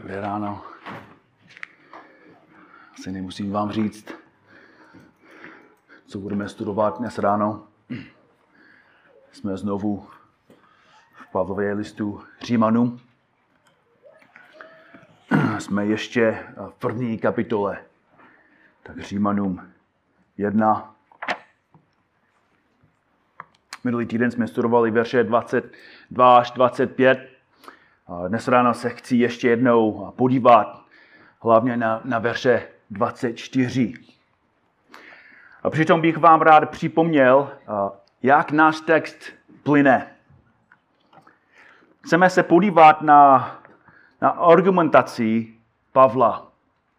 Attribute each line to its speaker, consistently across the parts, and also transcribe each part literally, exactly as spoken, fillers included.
Speaker 1: Dobré ráno. Asi nemusím vám říct, co budeme studovat dnes ráno. Jsme znovu v Pavlově listu Římanům. Jsme ještě v první kapitole. Tak Římanům jedna. Minulý týden jsme studovali verše dvacet dva až dvacet pět. Dnes ráno se chci ještě jednou podívat hlavně na, na verše dvacet čtyři. A přitom bych vám rád připomněl, jak náš text plyne. Chceme se podívat na, na argumentaci Pavla.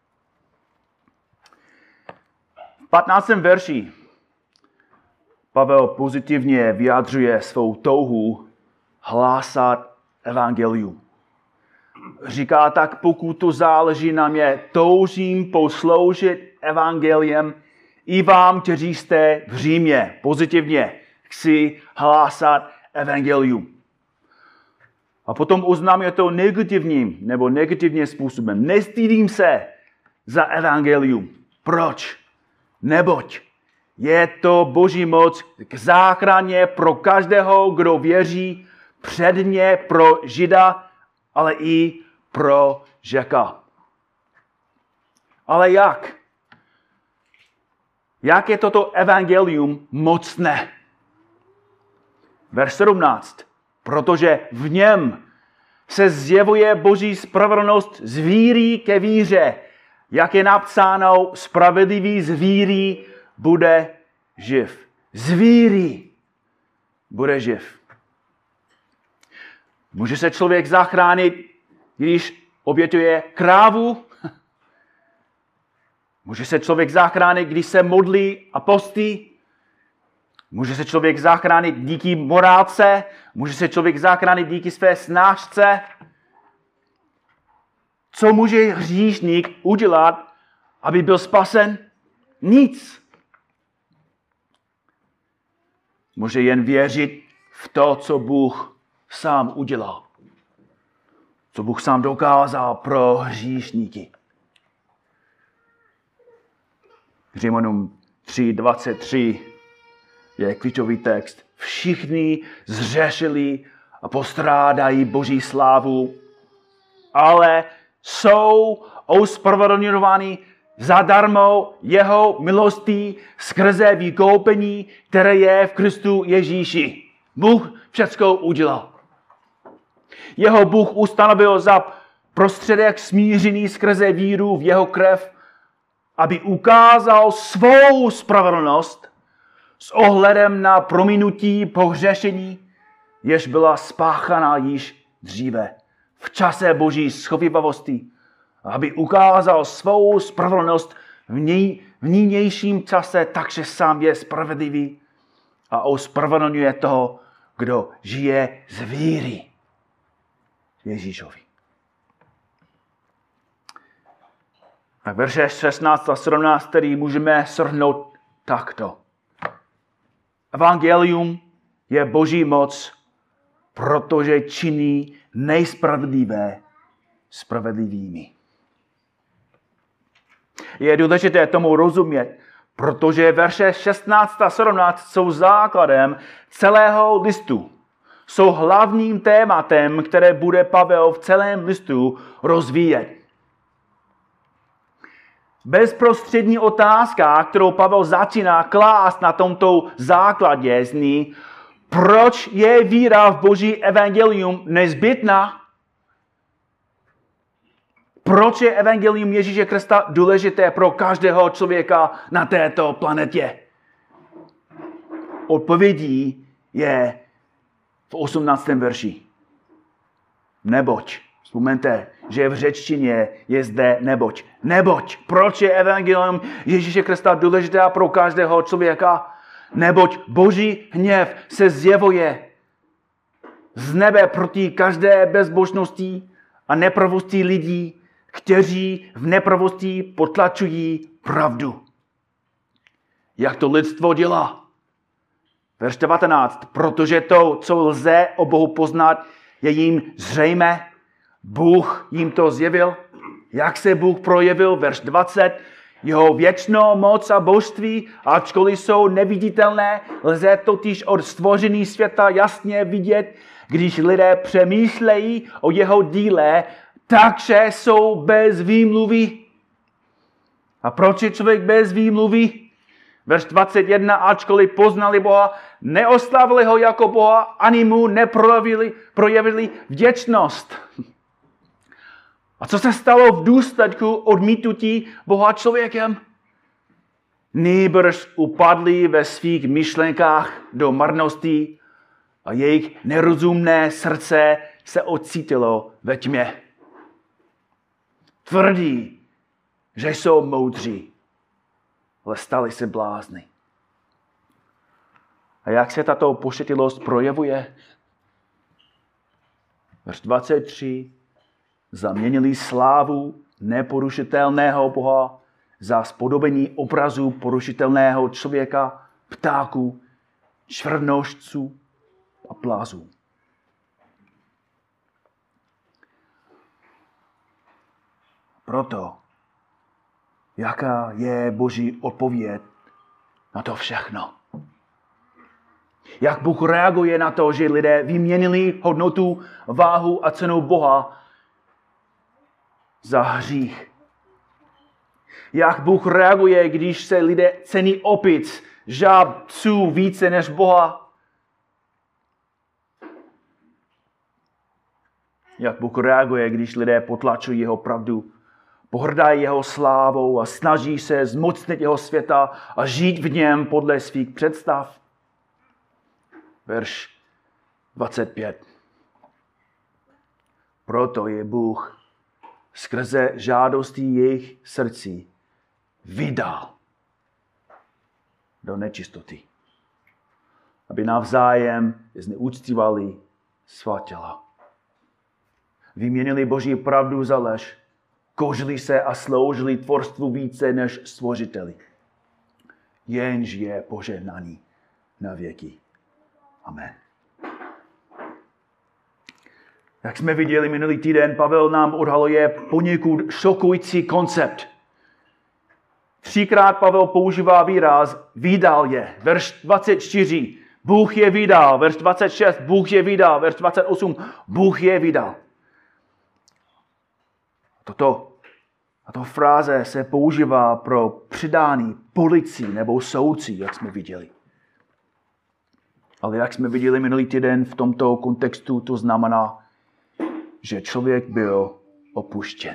Speaker 1: V patnáctém verši Pavel pozitivně vyjadřuje svou touhu hlásat evangelium. Říká tak, pokud to záleží na mě, toužím posloužit evangeliem i vám, kteří jste v Římě. Pozitivně chci hlásat evangelium. A potom oznámí to negativním nebo negativním způsobem. Nestydím se za evangelium. Proč? Neboť je to Boží moc k záchraně pro každého, kdo věří, předně pro Žida, ale i pro Žeka. Ale jak? Jak je toto evangelium mocné? Verš sedmnáct. Protože v něm se zjevuje Boží spravedlnost z víry ke víře. Jak je napsáno, spravedlivý z víry bude živ. Z víry bude živ. Může se člověk zachránit, když obětuje krávu? Může se člověk zachránit, když se modlí a postí? Může se člověk zachránit díky morálce? Může se člověk zachránit díky své snášce? Co může hříšník udělat, aby byl spasen? Nic. Může jen věřit v to, co Bůh sám udělal. Co Bůh sám dokázal pro hříšníky. Římanům tři dvacet tři je klíčový text. Všichni zřešili a postrádají Boží slávu, ale jsou ospravedlňováni zadarmo jeho milostí skrze vykoupení, které je v Kristu Ježíši. Bůh všecko udělal. Jeho Bůh ustanovil za prostředek smířený skrze víru v jeho krev, aby ukázal svou spravedlnost s ohledem na prominutí pohřešení, jež byla spáchaná již dříve v čase Boží schovívavosti, aby ukázal svou spravedlnost v, něj, v nynějším čase, takže sám je spravedlivý a ospravedlňuje toho, kdo žije z víry Ježíšovi. A verše šestnáct a sedmnáct tedy můžeme shrnout takto. Evangelium je Boží moc, protože činí nejspravedlivé spravedlivými. Je důležité tomu rozumět, protože verše šestnáct a sedmnáct jsou základem celého listu. Jsou hlavním tématem, které bude Pavel v celém listu rozvíjet. Bezprostřední otázka, kterou Pavel začíná klást na tomto základě, zní, proč je víra v Boží evangelium nezbytná? Proč je evangelium Ježíše Krista důležité pro každého člověka na této planetě? Odpovědí je v osmnáctém verši. Neboť. Vzpomeňte, že v řečtině je zde neboť. Neboť. Proč je evangelium Ježíše Krista důležité pro každého člověka? Neboť Boží hněv se zjevuje z nebe proti každé bezbožnosti a nepravosti lidí, kteří v nepravosti potlačují pravdu. Jak to lidstvo dělá? Verš devatenáct. Protože to, co lze o Bohu poznat, je jim zřejmé Bůh jim to zjevil. Jak se Bůh projevil? Verš dvacet. Jeho věčnou moc a božství, ačkoliv jsou neviditelné, lze totiž od stvoření světa jasně vidět, když lidé přemýšlejí o jeho díle, takže jsou bez výmluvy. A proč je člověk bez výmluvy? Verš dvacet jedna, ačkoliv poznali Boha, neoslavili ho jako Boha, ani mu neprojevili projevili vděčnost. A co se stalo v důsledku odmítnutí Boha člověkem? Nýbrž upadli ve svých myšlenkách do marnosti a jejich nerozumné srdce se ocítilo ve tmě. Tvrdí, že jsou moudří, ale stali se blázni. A jak se tato pošetilost projevuje? Verš dvacet tři. Zaměnili slávu neporušitelného Boha za spodobení obrazu porušitelného člověka, ptáků, černošců a plazů. Proto, jaká je Boží odpověď na to všechno? Jak Bůh reaguje na to, že lidé vyměnili hodnotu, váhu a cenu Boha za hřích? Jak Bůh reaguje, když se lidé cení opic, žáb, psů více než Boha? Jak Bůh reaguje, když lidé potlačují jeho pravdu, pohrdají jeho slávou a snaží se zmocnit jeho světa a žít v něm podle svých představ? Verš dvacet pět. Proto je Bůh skrze žádosti jejich srdcí vydal do nečistoty, aby navzájem zneuctívali svá těla. Vyměnili Boží pravdu za lež, kouřili se a sloužili tvorstvu více než stvořiteli. Jenž je požehnaný na věky. Amen. Jak jsme viděli minulý týden, Pavel nám odhaluje poněkud šokující koncept. Třikrát Pavel používá výraz vydal je. Verš dvacet čtyři. Bůh je vydal. Verš dvacet šest. Bůh je vydal. Verš dvacet osm. Bůh je vydal. Toto, tato fráze se používá pro přidání policii nebo soudci, jak jsme viděli. Ale jak jsme viděli minulý týden, v tomto kontextu to znamená, že člověk byl opuštěn.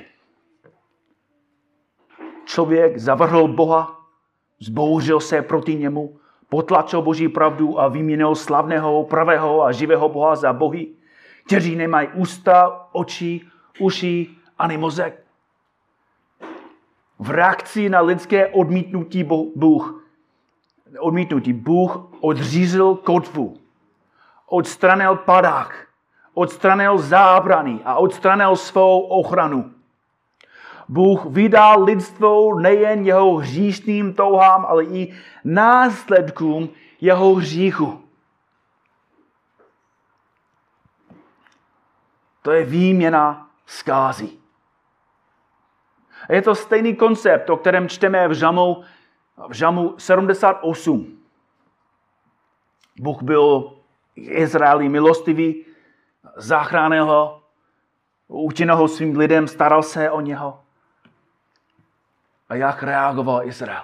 Speaker 1: Člověk zavrhl Boha, zbouřil se proti němu, potlačil Boží pravdu a vyměnil slavného, pravého a živého Boha za bohy, kteří nemají ústa, oči, uši ani mozek. V reakci na lidské odmítnutí Bůh, odmítnutí Bůh odřízl kotvu, odstranil padák, odstranil zábrany a odstranil svou ochranu. Bůh vydal lidstvo nejen jeho hříšným touhám, ale i následkům jeho hříchu. To je výměna zkázy. Je to stejný koncept, o kterém čteme v Žalmu, v Žalmu sedmdesát osm. Bůh byl Izraeli milostivý, zachránil ho, učinil ho svým lidem, staral se o něho. A jak reagoval Izrael?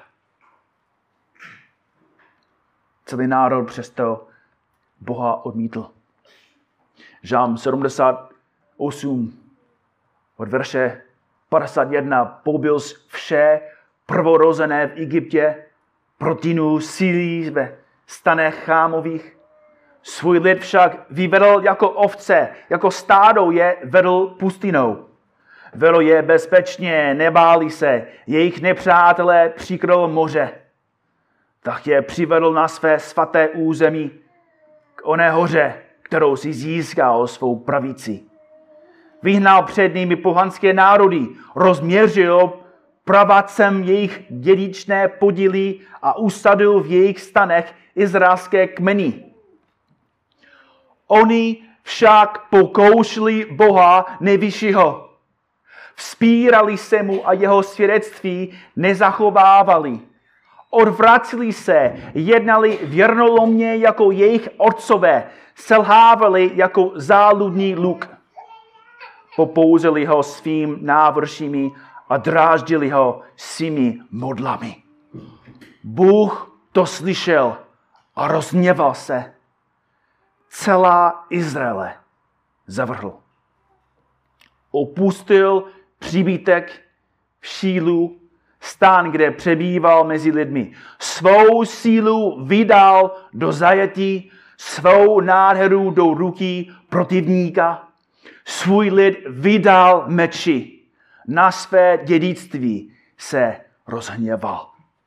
Speaker 1: Celý národ přesto Boha odmítl. Žalm sedmdesát osm od verše padesát jedna. Pobil vše prvorozené v Egyptě, protinu sílí ve stanech Chámových. Svůj lid však vyvedl jako ovce, jako stádo je vedl pustinou. Vedl je bezpečně, nebáli se, jejich nepřátelé přikryl moře. Tak je přivedl na své svaté území k oné hoře, kterou si získal svou pravici. Vyhnal před nimi pohanské národy, rozměřil pravacem jejich dědičné podíly a usadil v jejich stanech izraelské kmeny. Oni však pokoušeli Boha nejvyššího. Vzpírali se mu a jeho svědectví nezachovávali. Odvraceli se, jednali věrnolomně jako jejich otcové, selhávali jako záludný luk. Popouzeli ho svým návršími a dráždili ho svými modlami. Bůh to slyšel a rozhněval se. Celá Izraele zavrhl. Opustil příbytek v Šílu, stán, kde přebýval mezi lidmi. Svou sílu vydal do zajetí, svou nádheru do ruky protivníka. Svůj lid vydal meči. Na své dědictví se rozhněval.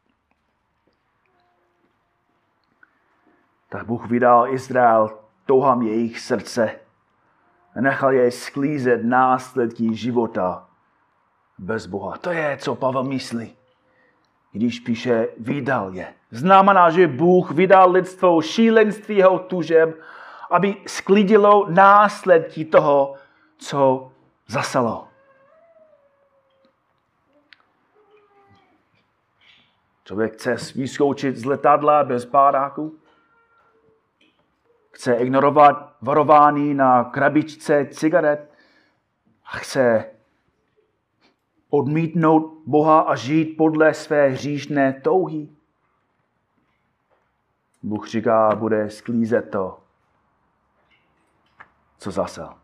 Speaker 1: Tak Bůh vydal Izrael touhám jejich srdce a nechal je sklízet následky života bez Boha. To je, co Pavel myslí, když píše vydal je. Znamená, že Bůh vydal lidstvo šílenství jeho tužeb, aby sklidilo následky toho, co zasalo. Člověk chce vyskočit z letadla bez pádáku, chce ignorovat varování na krabičce cigaret a chce odmítnout Boha a žít podle své hříšné touhy. Bůh říká, bude sklízet to, co zasel.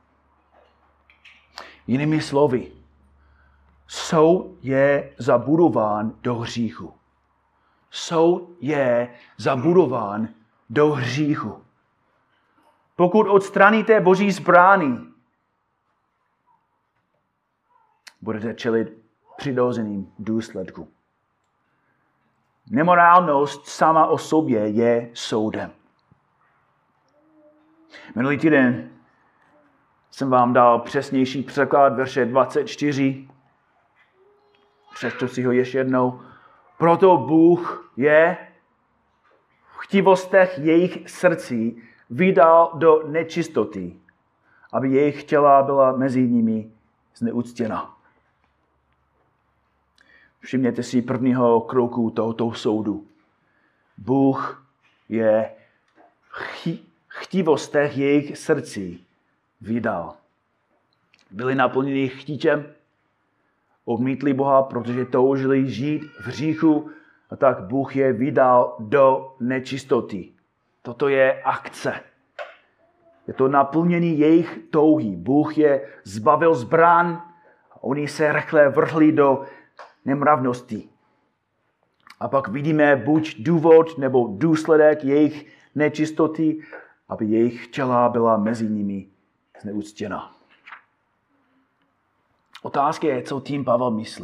Speaker 1: Jinými slovy, soud je zabudován do hříchu. Soud je zabudován do hříchu. Pokud odstraníte Boží zbraní, budete čelit přirozeným důsledkům. Nemorálnost sama o sobě je soudem. Minulý týden jsem vám dal přesnější překlad verše dvacet čtyři. Přečtu si ho ještě jednou. Proto Bůh je v chtivostech jejich srdcí vydal do nečistoty, aby jejich těla byla mezi nimi zneuctěna. Všimněte si prvního kroku tohoto soudu. Bůh je v chtivostech jejich srdcí vydal. Byli naplněni chtíčem, odmítli Boha, protože toužili žít v hříchu, a tak Bůh je vydal do nečistoty. Toto je akce. Je to naplnění jejich touhy. Bůh je zbavil zbran a oni se rychle vrhli do nemravnosti. A pak vidíme buď důvod nebo důsledek jejich nečistoty, aby jejich těla byla mezi nimi zneuctěna. Otázka je, co tím Pavel myslí.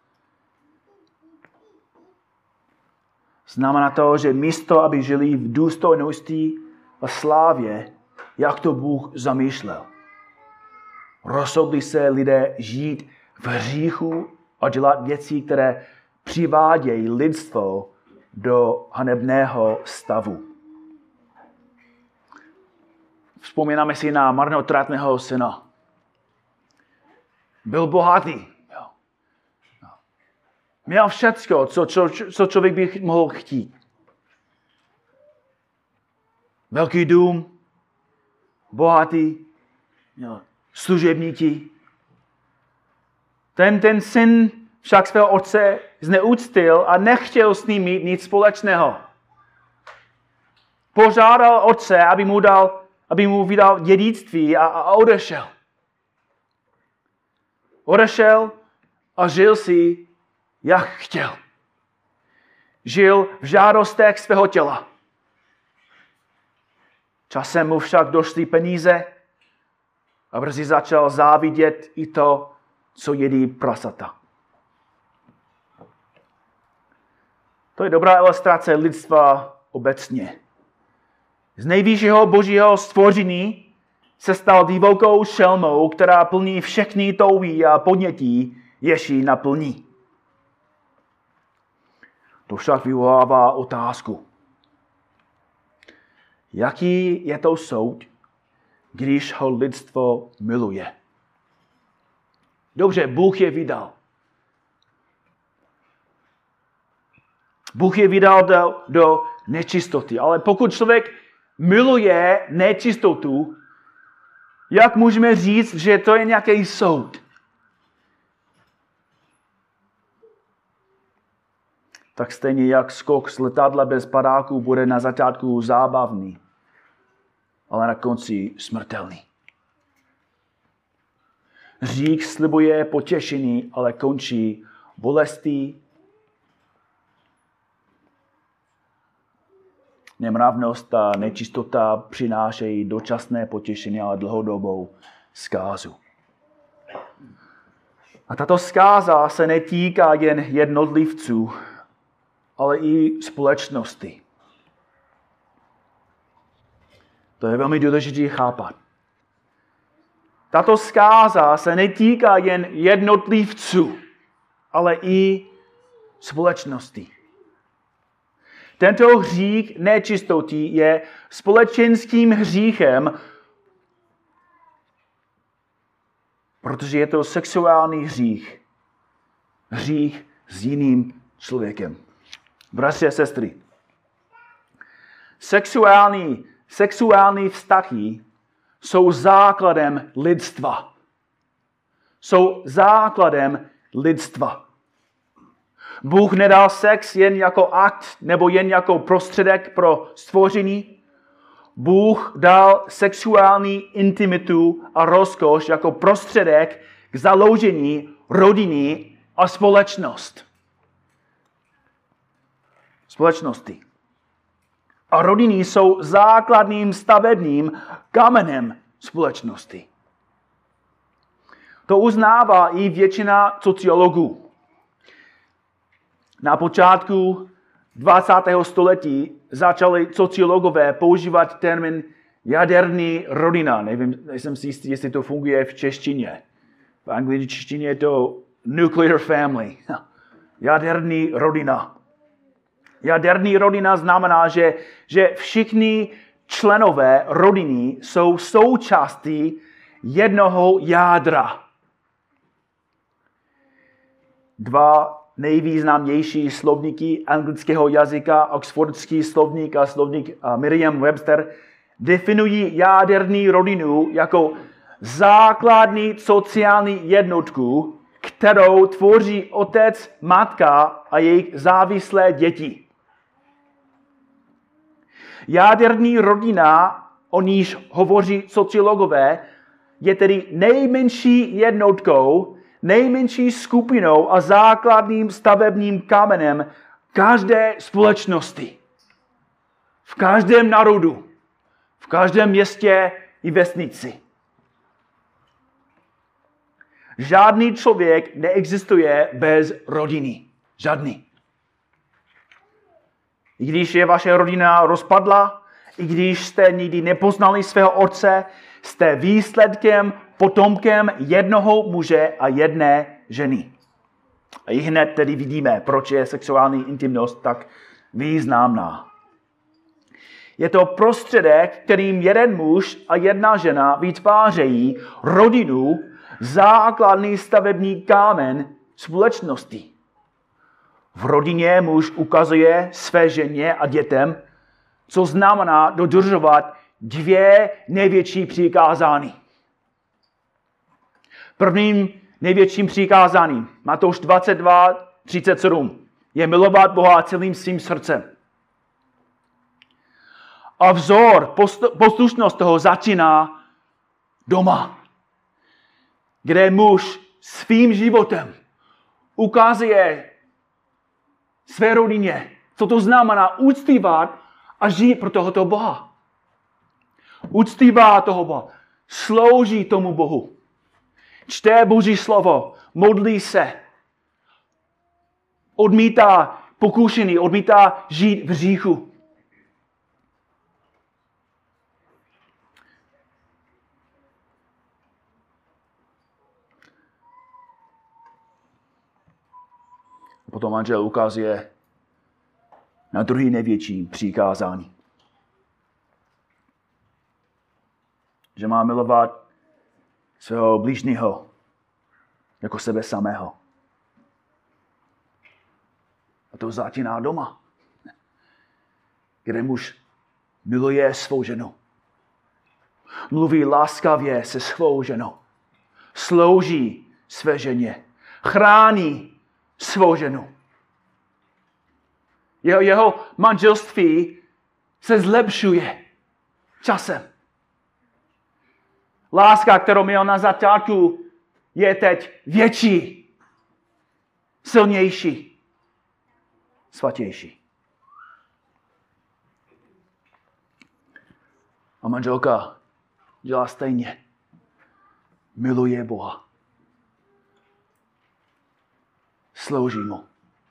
Speaker 1: Znamená to, že místo, aby žili v důstojnosti a slávě, jak to Bůh zamýšlel, rozhodli se lidé žít v hříchu a dělat věci, které přivádějí lidstvo do hanebného stavu. Vzpomínáme si na marnotratného syna. Byl bohatý. Jo. Měl všecko, co, co, co člověk by mohl chtít. Velký dům, bohatý, jo, služebníky. Ten, ten syn však svého otce zneuctil a nechtěl s ním mít nic společného. Požádal otce, aby mu, dal, aby mu vydal dědictví a, a odešel. Odešel a žil si, jak chtěl. Žil v žádostech svého těla. Časem mu však došly peníze a brzy začal závidět i to, co jedí prasata. To je dobrá ilustrace lidstva obecně. Z nejvyššího božího stvoření se stal divokou šelmou, která plní všechny touhy a podnětí, jež ji naplní. To však vyvolává otázku. Jaký je to soud, když ho lidstvo miluje. Dobře, Bůh je vydal. Bůh je vydal do, do nečistoty, ale pokud člověk miluje nečistotu, jak můžeme říct, že to je nějaký soud? Tak stejně jak skok z letadla bez padáků bude na začátku zábavný, ale na konci smrtelný. Hřích slibuje potěšení, ale končí bolestí. Nemravnost a nečistota přinášejí dočasné potěšení, ale dlouhodobou zkázu. A tato zkáza se netýká jen jednotlivců, ale i společnosti. To je velmi důležité chápat. Tato zkáza se netýká jen jednotlivců, ale i společnosti. Tento hřích nečistoty je společenským hříchem, protože je to sexuální hřích. Hřích s jiným člověkem. Bratři a sestry, sexuální, sexuální vztahy jsou základem lidstva. Jsou základem lidstva. Bůh nedal sex jen jako akt nebo jen jako prostředek pro stvoření. Bůh dal sexuální intimitu a rozkoš jako prostředek k založení rodiny a společnost. Společnosti. A rodiny jsou základním stavebním kamenem společnosti. To uznává i většina sociologů. Na počátku dvacátého století začali sociologové používat termín jaderní rodina. Nevím, nejsem si jistý, jestli to funguje v češtině. V angličtině je to nuclear family. Jaderní rodina. Jaderní rodina znamená, že, že všichni členové rodiny jsou součástí jednoho jádra. Dva nejvýznamnější slovníky anglického jazyka, oxfordský slovník a slovník Merriam-Webster, definují jaderní rodinu jako základní sociální jednotku, kterou tvoří otec, matka a jejich závislé děti. Jaderní rodina, o níž hovoří sociologové, je tedy nejmenší jednotkou, nejmenší skupinou a základním stavebním kamenem každé společnosti. V každém národu, v každém městě i vesnici. Žádný člověk neexistuje bez rodiny. Žádný. I když je vaše rodina rozpadla, i když jste nikdy nepoznali svého otce, jste výsledkem, potomkem jednoho muže a jedné ženy. A i hned tedy vidíme, proč je sexuální intimnost tak významná. Je to prostředek, kterým jeden muž a jedna žena vytvářejí rodinu, základní stavební kámen společnosti. V rodině muž ukazuje své ženě a dětem, co znamená dodržovat dvě největší přikázání. Prvním největším přikázáním, Matouš dvacet dva třicet sedm, je milovat Boha celým svým srdcem. A vzor, poslušnost toho začíná doma, kde muž svým životem ukazuje své rodině, co to znamená uctívat a žít pro tohoto Boha. Uctívá toho Boha, slouží tomu Bohu. Čte Boží slovo, modlí se, odmítá pokušení, odmítá žít v hříchu. Potom manžel ukazuje na druhý největší přikázání. že má milovat svého blížního jako sebe samého. A to začíná doma, kde muž miluje svou ženu. Mluví láskavě se svou ženou. Slouží své ženě. Chrání svou ženu. Jeho, jeho manželství se zlepšuje časem. Láska, kterou měl na začátku, je teď větší, silnější, svatější. A manželka dělá stejně. Miluje Boha. Slouží mu.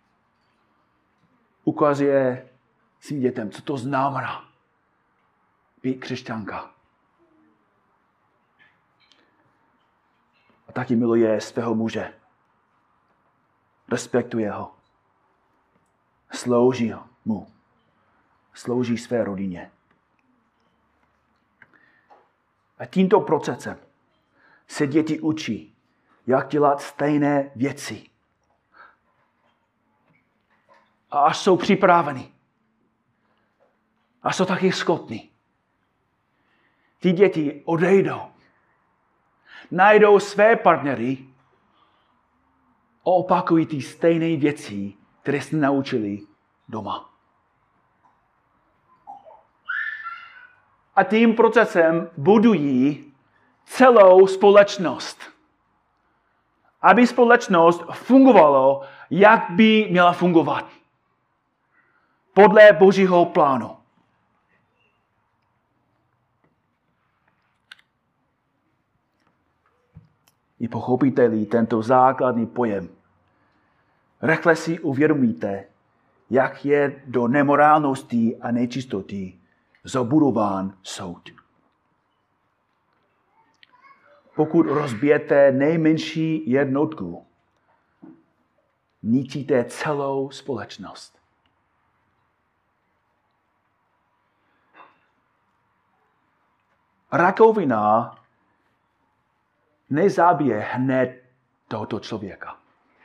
Speaker 1: Ukazuje svým dětem, co to znamená být křesťanka. A taky miluje svého muže. Respektuje ho. Slouží mu. Slouží své rodině. A tímto procesem se děti učí, jak dělat stejné věci. A až jsou připraveni, až jsou taky schopni, ty děti odejdou, najdou své partnery a opakují ty stejné věci, které se naučili doma. A tím procesem budují celou společnost. Aby společnost fungovalo, jak by měla fungovat. Podle Božího plánu. I pochopíte-li tento základní pojem, rychle si uvědomíte, jak je do nemorálnosti a nečistoty zabudován soud. Pokud rozbijete nejmenší jednotku, ničíte celou společnost. Rakovina nezabije hned tohoto člověka.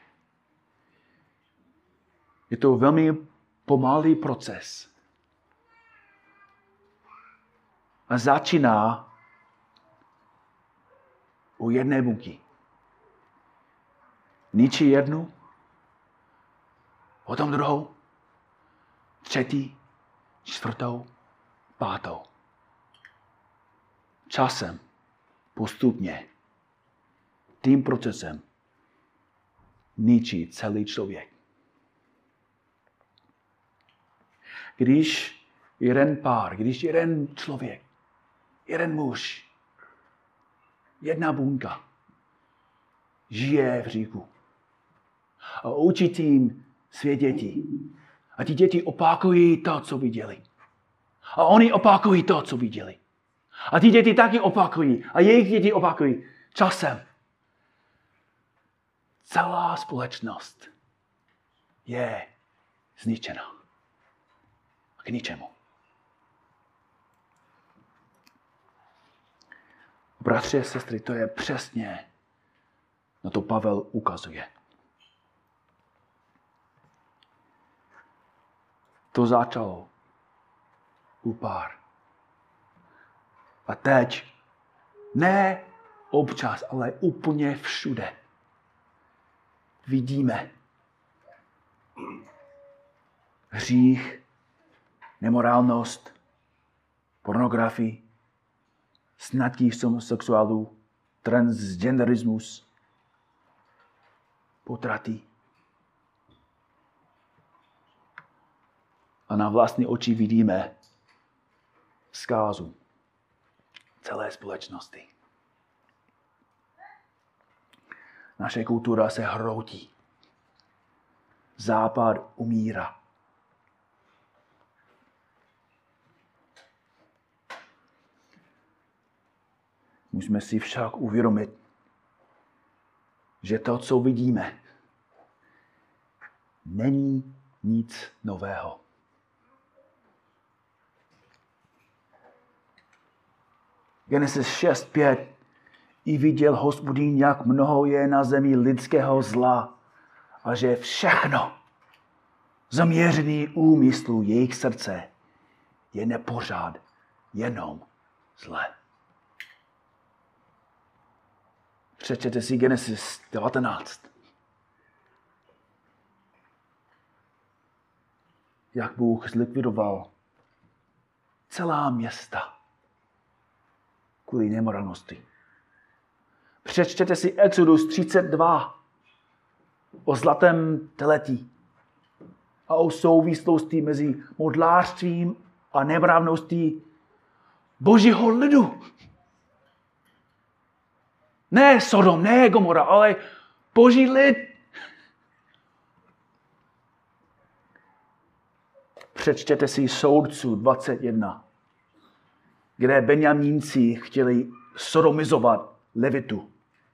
Speaker 1: Je to velmi pomalý proces. A začíná u jedné buňky. Ničí jednu, potom druhou, třetí, čtvrtou, pátou. Časem, postupně, tím procesem ničí celý člověk. Když jeden pár, když jeden člověk, jeden muž, jedna buňka žije v hříchu a učí tím své děti. A ti děti opakují to, co viděli. A oni opakují to, co viděli. A ty děti taky opakují. A jejich děti opakují. Časem. Celá společnost je zničena. K ničemu. Bratři a sestry, to je přesně, na to Pavel ukazuje. To začalo u pár. A teď ne občas, ale úplně všude vidíme hřích, nemorálnost, pornografii, snadkých homosexuálů, transgenderismus, potraty. A na vlastní oči vidíme zkázu celé společnosti. Naše kultura se hroutí. Západ umírá. Musíme si však uvědomit, že to, co vidíme, není nic nového. Genesis šest pět. I viděl Hospodin, jak mnoho je na zemi lidského zla a že všechno zaměřený úmyslu jejich srdce je nepořád jenom zlé. Přečtěte si Genesis devatenáct. Jak Bůh zlikvidoval celá města kvůli nemoralnosti. Přečtěte si Exodus třicet dva o zlatém teletí a o souvislosti mezi modlářstvím a nemravností Božího lidu. Ne Sodom, ne Gomora, ale Boží lid. Přečtěte si Soudců dvacet jedna, kde Benjamínci chtěli sodomizovat Levitu.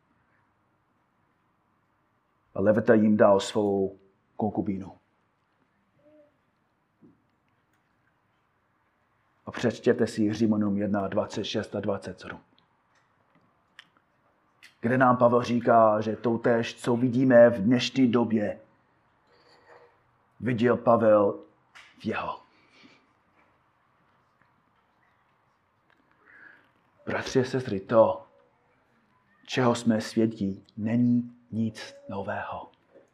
Speaker 1: A Levita jim dal svou konkubínu. A přečtěte si Římanům jedna, dvacet šest a dvacet sedm. Kde nám Pavel říká, že totéž, co vidíme v dnešní době, viděl Pavel v jeho. Bratři a sestry, to, čeho jsme svědky, není nic nového.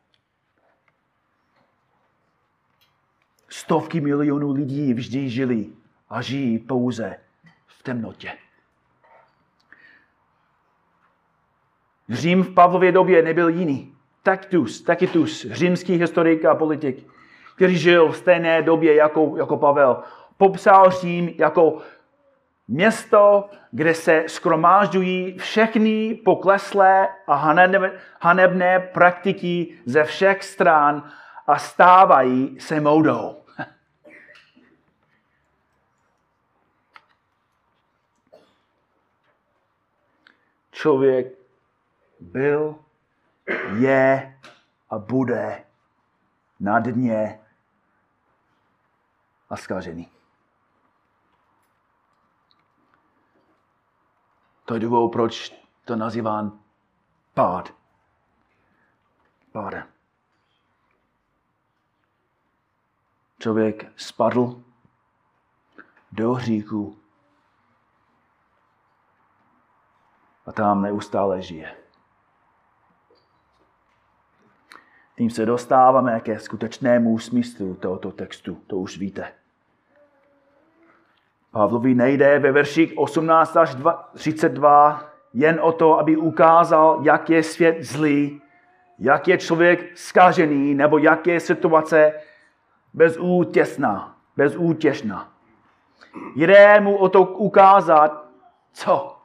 Speaker 1: Stovky milionů lidí vždy žili a žijí pouze v temnotě. Řím v Pavlově době nebyl jiný. Tacitus, Tacitus, římský historik a politik, který žil v stejné době jako, jako Pavel, popsal Řím jako město, kde se shromážďují všechny pokleslé a hanebné praktiky ze všech stran a stávají se módou. Člověk byl, je a bude na dně a zkažený. To je důvod, proč to nazývám pád. Pádem. Člověk spadl do hříchu a tam neustále žije. Tím se dostáváme ke skutečnému smyslu tohoto textu, to už víte. Pavlovi nejde ve verších osmnáct až třicet dva jen o to, aby ukázal, jak je svět zlý, jak je člověk zkažený, nebo jak je situace bezútěšná. bezútěšná. Jde mu o to ukázat, co?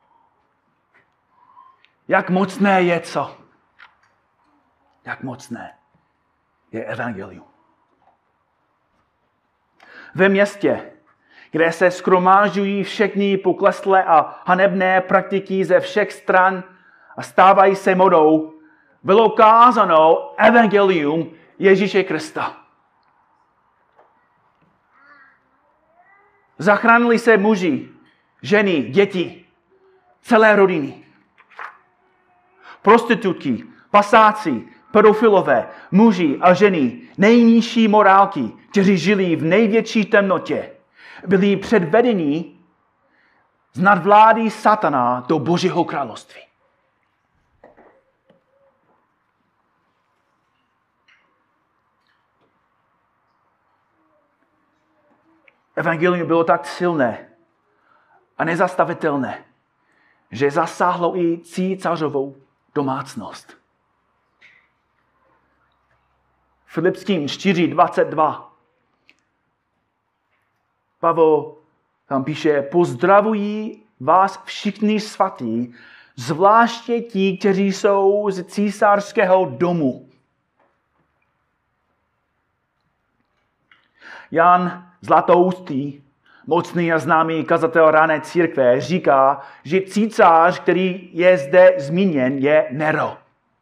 Speaker 1: Jak mocné je co? Jak mocné je evangelium. Ve městě, kde se shromážďují všechny pokleslé a hanebné praktiky ze všech stran a stávají se modou, bylo kázáno evangelium Ježíše Krista. Zachránili se muži, ženy, děti, celé rodiny. Prostitutky, pasáci, pedofilové, muži a ženy, nejnižší morálky, kteří žili v největší temnotě, byli předvedeni z nadvlády satana do Božího království. Evangelium bylo tak silné a nezastavitelné, že zasáhlo i císařovou domácnost. Filipským čtyři dvacet dva. Pavel tam píše, pozdravují vás všichni svatí, zvláště ti, kteří jsou z císařského domu. Jan Zlatoustý, mocný a známý kazatel rané církve, říká, že císař, který je zde zmíněn, je Nero.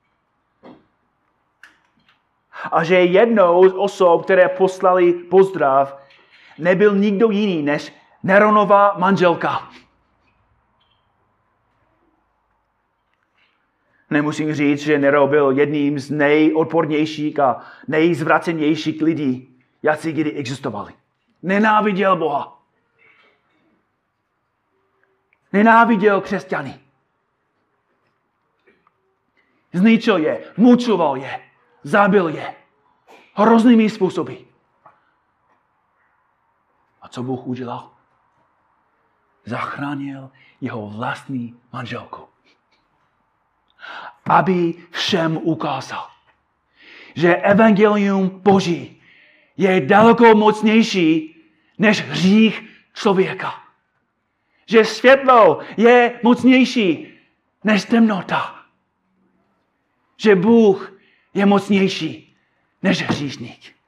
Speaker 1: A že jednou z osob, které poslali pozdrav, nebyl nikdo jiný než Neronova manželka. Nemusím říct, že Nero byl jedním z nejodpornějších a nejzvracenějších lidí, jací kdy existovali. Nenáviděl Boha. Nenáviděl křesťany. Zničil je, mučoval je, zabil je. Hroznými způsoby. A co Bůh udělal? Zachránil jeho vlastní manželku. Aby všem ukázal, že evangelium Boží je daleko mocnější než hřích člověka. Že světlo je mocnější než temnota. Že Bůh je mocnější než hříšník.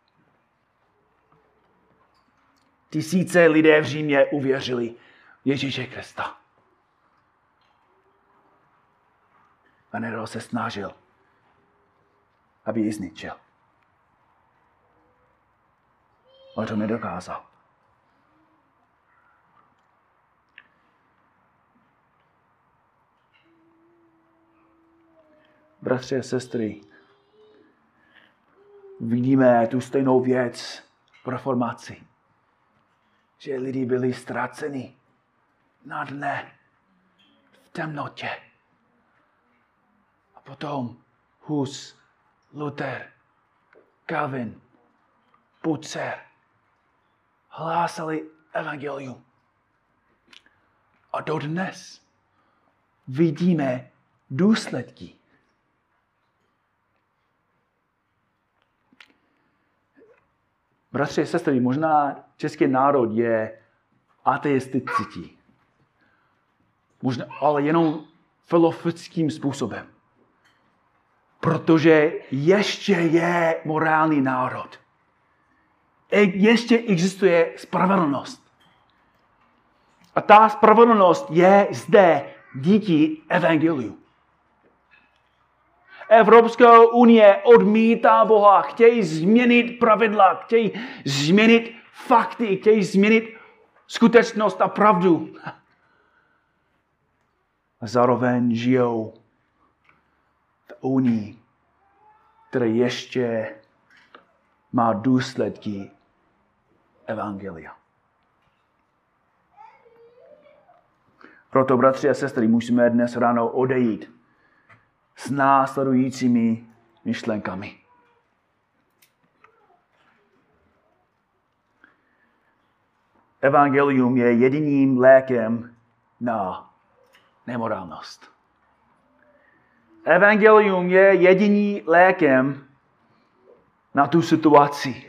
Speaker 1: Tisíce lidé v Římě uvěřili Ježíše Krista. A Nero se snažil, aby ji zničil. Ale to nedokázal. Bratři a sestry, vidíme tu stejnou věc v reformaci. Že lidi byli ztraceni na dne v temnotě. A potom Hus, Luther, Calvin, Bucer hlásali evangelium. A dodnes vidíme důsledky. Bratři a sestry, možná český národ je ateistický. Možná, ale jenom filozofickým způsobem. Protože ještě je morální národ. Ještě existuje spravedlnost. A ta spravedlnost je zde díky evangeliu. Evropská unie odmítá Boha, chtějí změnit pravidla, chtějí změnit fakty, chtějí změnit skutečnost a pravdu. A zároveň žijou v unii, která ještě má důsledky evangelia. Proto, bratři a sestry, musíme dnes ráno odejít s následujícími myšlenkami. Evangelium je jediným lékem na nemorálnost. Evangelium je jediný lékem na tu situaci.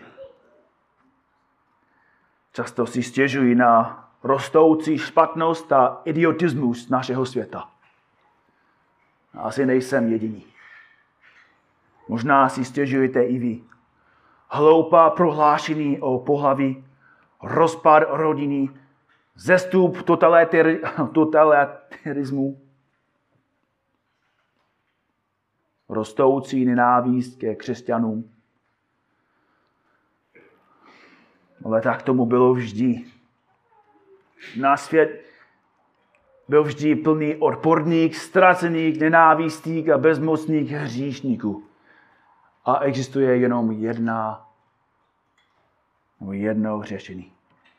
Speaker 1: Často si stěžují na rostoucí špatnost a idiotismus našeho světa. Asi nejsem jediný. Možná si stěžujete i vy. Hloupá prohlášení o pohlaví, rozpad rodiny, zestup totalitarismu, rostoucí nenávist ke křesťanům. Ale tak tomu bylo vždy. Na svět byl vždy plný odporných, ztracených, nenávistných a bezmocných hříšníků. A existuje jenom jedna, nebo jedno řešení.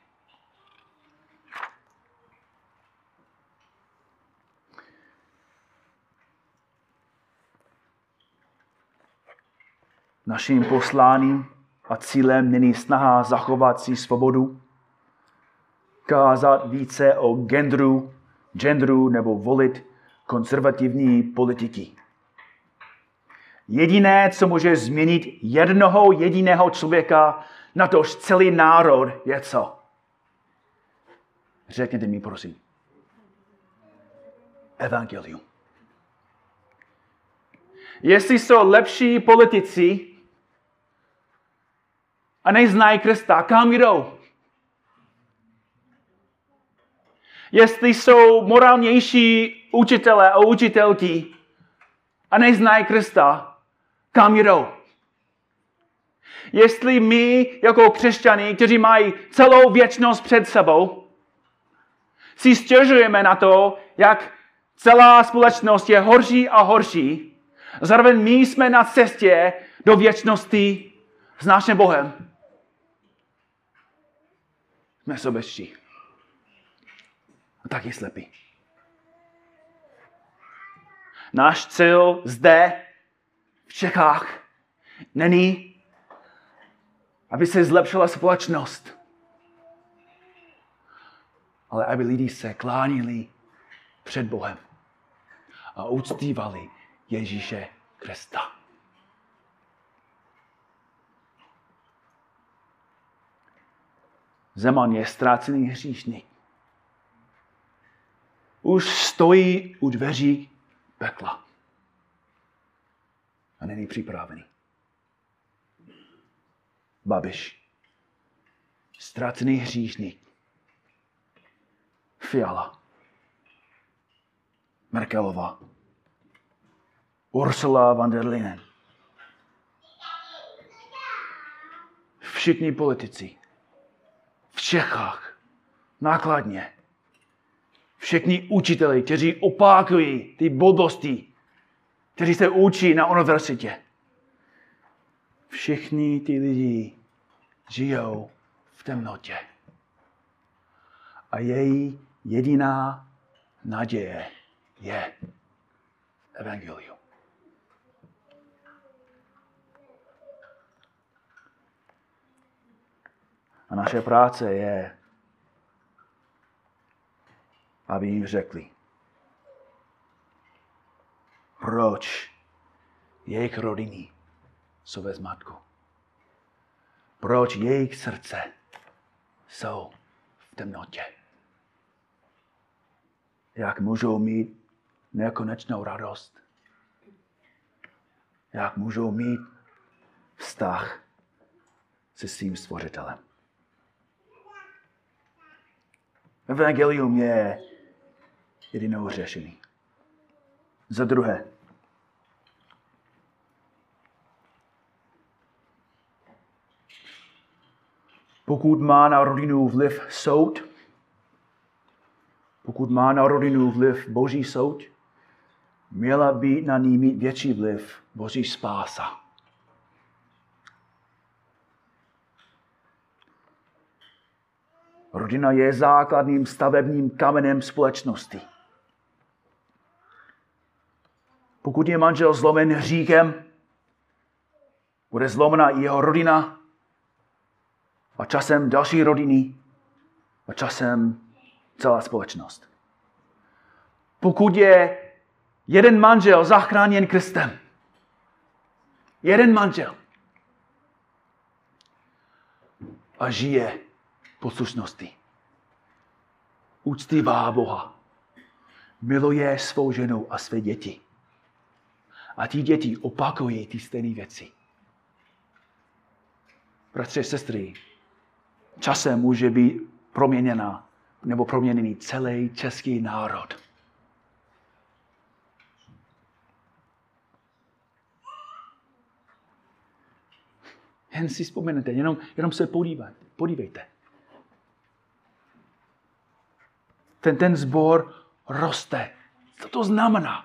Speaker 1: Naším posláním a cílem není snaha zachovat si svobodu, kázat více o genderu, genderu nebo volit konzervativní politiky. Jediné, co může změnit jednoho jediného člověka, natož celý národ, je co? Řekněte mi, prosím. Evangelium. Jestli jsou lepší politici a neznají Krista, kam jdou? Jestli jsou morálnější učitelé a učitelky a neznají Krista, kam jdou? Jestli my, jako křesťané, kteří mají celou věčnost před sebou, si stěžujeme na to, jak Celá společnost je horší a horší. Zároveň my jsme na cestě do věčnosti s naším Bohem. Jsme sobečtí. A taky slepí. Náš cíl zde v Čechách není, aby se zlepšila společnost, ale aby lidi se klánili před Bohem a uctívali Ježíše Krista. Zeman je ztracený hříšník. Už stojí u dveří pekla a není připravený. Babiš, ztracený hříšník. Fiala, Merkelová, Ursula von der Leyen. Všichni politici v Čechách, nákladně. Všichni učitelé, kteří opakují ty blbosti, kteří se učí na univerzitě. Všichni ty lidi žijou v temnotě. A její jediná naděje je evangelium. A naše práce je, aby jim řekli, proč jejich rodiny jsou ve zmatku. Proč jejich srdce jsou v temnotě. Jak můžou mít nekonečnou radost. Jak můžou mít vztah se svým stvořitelem. Evangelium je jedinou řešení. Za druhé, pokud má na rodinu vliv soud, pokud má na rodinu vliv Boží soud, měla by na ní mít větší vliv Boží spása. Rodina je základním stavebním kamenem společnosti. Pokud je manžel zlomen hříchem, bude zlomena i jeho rodina a časem další rodiny a časem celá společnost. Pokud je jeden manžel zachráněn Kristem, jeden manžel a žije poslušnosti, uctívá Boha, miluje svou ženu a své děti. A ti děti opakují ty stejné věci. Bratři a sestry, časem může být proměněna nebo proměněný celý český národ. Jen si vzpomenete, jenom, jenom se podívejte. podívejte. Ten, ten sbor roste. Co to znamená?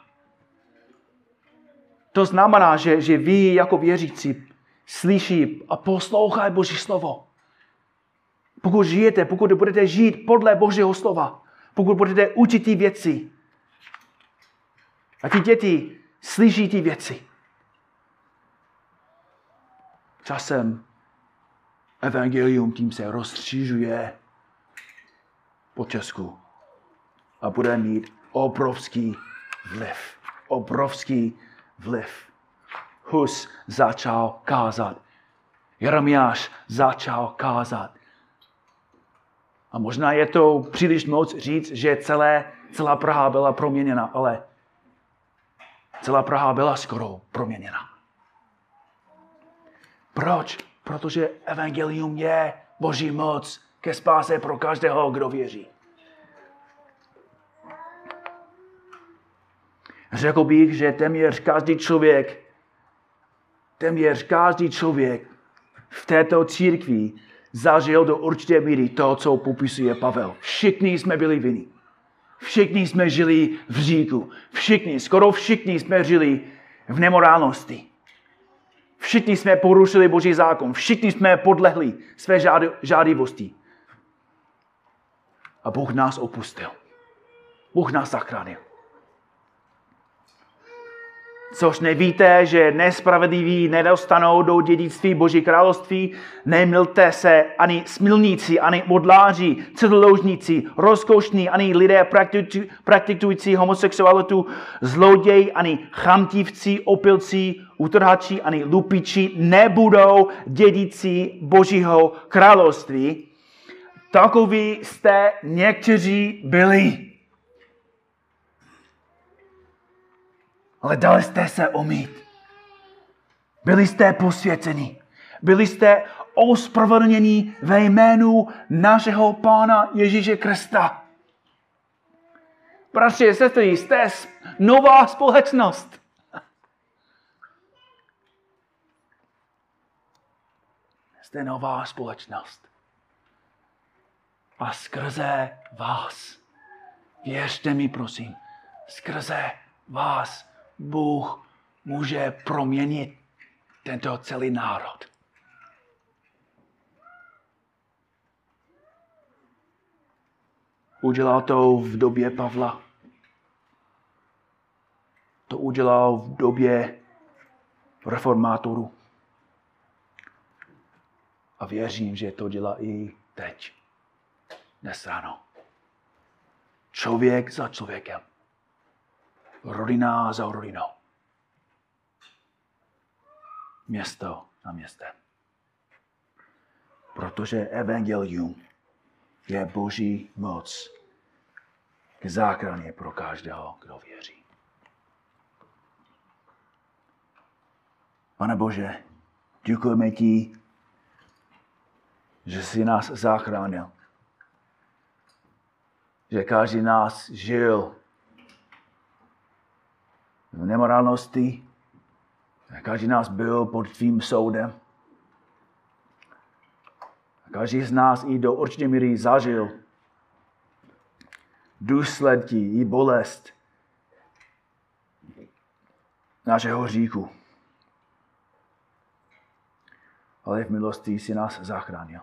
Speaker 1: To znamená, že, že vy jako věřící slyší a poslouchají Boží slovo. Pokud žijete, pokud budete žít podle Božího slova, pokud budete učit ty věci a ty děti slyší ty věci, časem evangelium tím se rozšířuje po Česku a bude mít obrovský vliv. Obrovský vliv. Hus začal kázat. Jeremiáš začal kázat. A možná je to příliš moc říct, že celé, celá Praha byla proměněna, ale celá Praha byla skoro proměněna. Proč? Protože evangelium je Boží moc ke spáse pro každého, kdo věří. Řekl bych, že téměř každý člověk, téměř každý člověk v této církvi zažil do určité míry to, co popisuje Pavel. Všichni jsme byli vinni. Všichni jsme žili v hříchu. Všichni, skoro všichni jsme žili v nemorálnosti. Všichni jsme porušili Boží zákon. Všichni jsme podlehli své žádivosti. A Bůh nás opustil. Bůh nás zachránil. Což nevíte, že nespravedliví nedostanou do dědictví Boží království? Nemilte se ani smilníci, ani modláři, cizoložníci, rozkošní, ani lidé praktikující homosexualitu, zloději, ani chamtivci, opilci, utrhači, ani lupiči nebudou dědici Božího království. Takoví jste někteří byli. Ale dali jste se omít. Byli jste posvěceni. Byli jste ospravedlněni ve jménu našeho Pána Ježíše Krista. Bratři a sestry, jste nová společnost. Jste nová společnost. A skrze vás, věřte mi prosím, skrze vás Bůh může proměnit tento celý národ. Udělal to v době Pavla. To udělal v době reformátorů. A věřím, že to dělá i teď. Dnes ráno. Člověk za člověkem. Rodina za rodinou. Město na městem. Protože evangelium je Boží moc k záchraně pro každého, kdo věří. Pane Bože, děkujeme ti, že jsi nás zachránil. Že každý z nás žil v nemorálnosti. Každý z nás byl pod tvým soudem. Každý z nás i do určité míry zažil důsledky i bolest našeho hříchu. Ale v milosti si nás zachránil.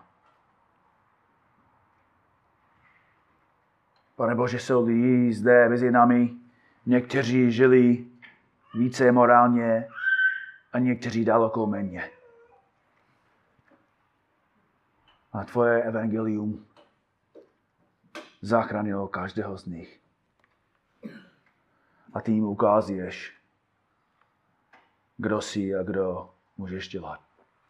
Speaker 1: Pane Bože, jsou lidi zde mezi námi. Někteří žili více morálně a někteří daleko méně. A tvoje evangelium zachránilo každého z nich. A ty jim ukázíš, kdo jsi a kdo můžeš dělat.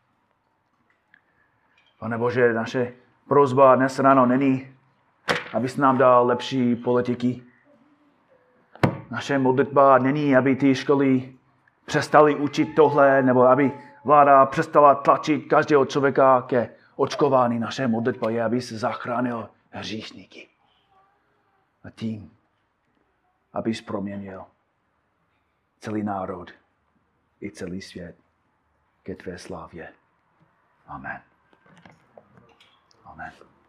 Speaker 1: Pane Bože, naše prosba dnes ráno není, abys nám dal lepší politiky. Naše modlitba není, aby ty školy přestaly učit tohle, nebo aby vláda přestala tlačit každého člověka ke očkování. Naše modlitba je, aby se zachránil hříšníky. A tím, abys proměnil celý národ i celý svět ke tvé slávě. Amen. Amen.